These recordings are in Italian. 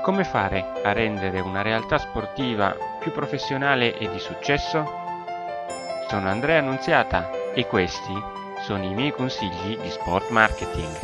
Come fare a rendere una realtà sportiva più professionale e di successo? Sono Andrea Annunziata e questi sono i miei consigli di sport marketing.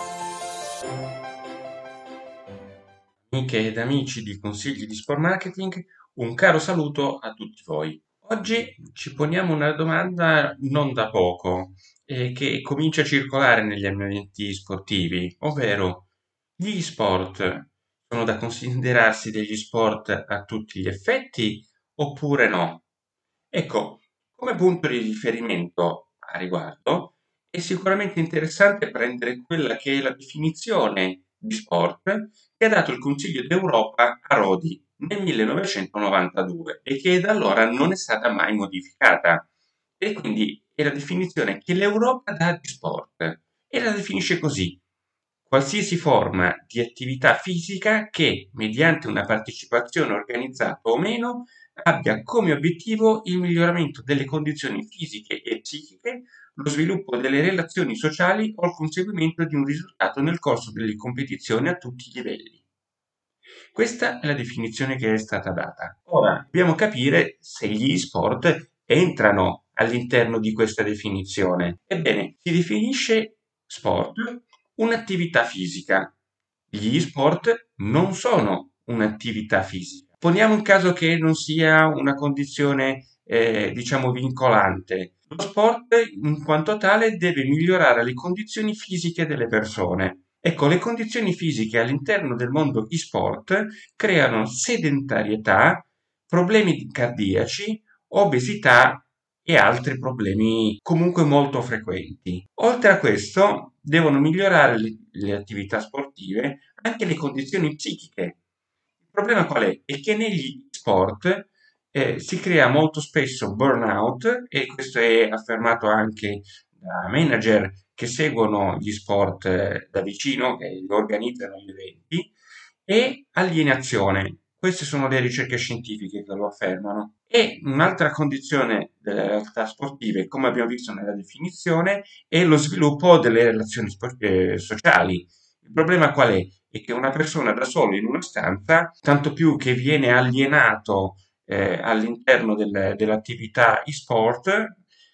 Amiche ed amici di Consigli di Sport Marketing, un caro saluto a tutti voi. Oggi ci poniamo una domanda non da poco che comincia a circolare negli ambienti sportivi, ovvero gli sport sono da considerarsi degli sport a tutti gli effetti oppure no? Ecco, come punto di riferimento a riguardo è sicuramente interessante prendere quella che è la definizione di sport che ha dato il Consiglio d'Europa a Rodi nel 1992 e che da allora non è stata mai modificata. E quindi è la definizione che l'Europa dà di sport e la definisce così: qualsiasi forma di attività fisica che, mediante una partecipazione organizzata o meno, abbia come obiettivo il miglioramento delle condizioni fisiche e psichiche, lo sviluppo delle relazioni sociali o il conseguimento di un risultato nel corso delle competizioni a tutti i livelli. Questa è la definizione che è stata data. Ora dobbiamo capire se gli sport entrano all'interno di questa definizione. Ebbene, si definisce sport un'attività fisica. Gli sport non sono un'attività fisica. Poniamo in caso che non sia una condizione, diciamo, vincolante. Lo sport, in quanto tale, deve migliorare le condizioni fisiche delle persone. Ecco, le condizioni fisiche all'interno del mondo e-sport creano sedentarietà, problemi cardiaci, obesità e altri problemi comunque molto frequenti. Oltre a questo, devono migliorare le attività sportive anche le condizioni psichiche. Il problema qual è? È che negli sport si crea molto spesso burnout, e questo è affermato anche da manager che seguono gli sport da vicino, che organizzano gli eventi, e alienazione. Queste sono le ricerche scientifiche che lo affermano. E un'altra condizione delle realtà sportive, come abbiamo visto nella definizione, è lo sviluppo delle relazioni sociali. Il problema qual è? È che una persona da solo in una stanza, tanto più che viene alienato all'interno dell'attività e-sport,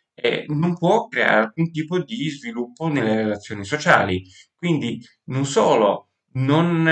non può creare alcun tipo di sviluppo nelle relazioni sociali. Quindi non solo non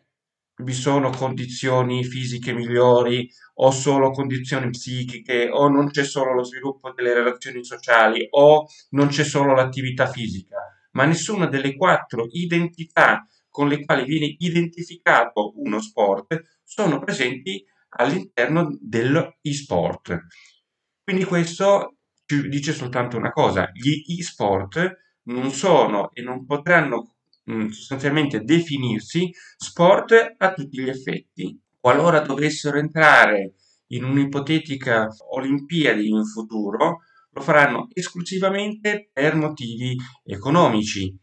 vi sono condizioni fisiche migliori o solo condizioni psichiche o non c'è solo lo sviluppo delle relazioni sociali o non c'è solo l'attività fisica, ma nessuna delle quattro identità con le quali viene identificato uno sport sono presenti all'interno dell'e-sport. Quindi questo ci dice soltanto una cosa: gli e-sport non sono e non potranno sostanzialmente definirsi sport a tutti gli effetti. Qualora dovessero entrare in un'ipotetica Olimpiadi in futuro, lo faranno esclusivamente per motivi economici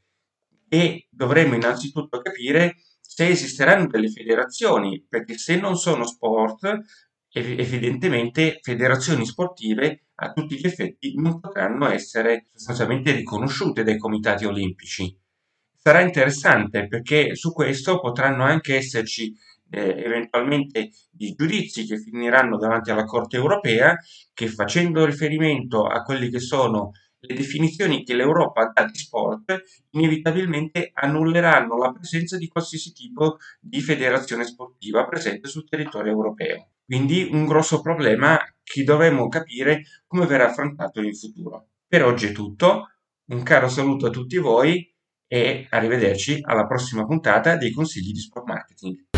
e dovremmo innanzitutto capire se esisteranno delle federazioni, perché se non sono sport, evidentemente federazioni sportive a tutti gli effetti non potranno essere sostanzialmente riconosciute dai comitati olimpici. Sarà interessante perché su questo potranno anche esserci eventualmente di giudizi che finiranno davanti alla Corte europea, che, facendo riferimento a quelli che sono le definizioni che l'Europa dà di sport, inevitabilmente annulleranno la presenza di qualsiasi tipo di federazione sportiva presente sul territorio europeo. Quindi un grosso problema che dovremo capire come verrà affrontato in futuro. Per oggi è tutto, un caro saluto a tutti voi e arrivederci alla prossima puntata dei consigli di sport marketing.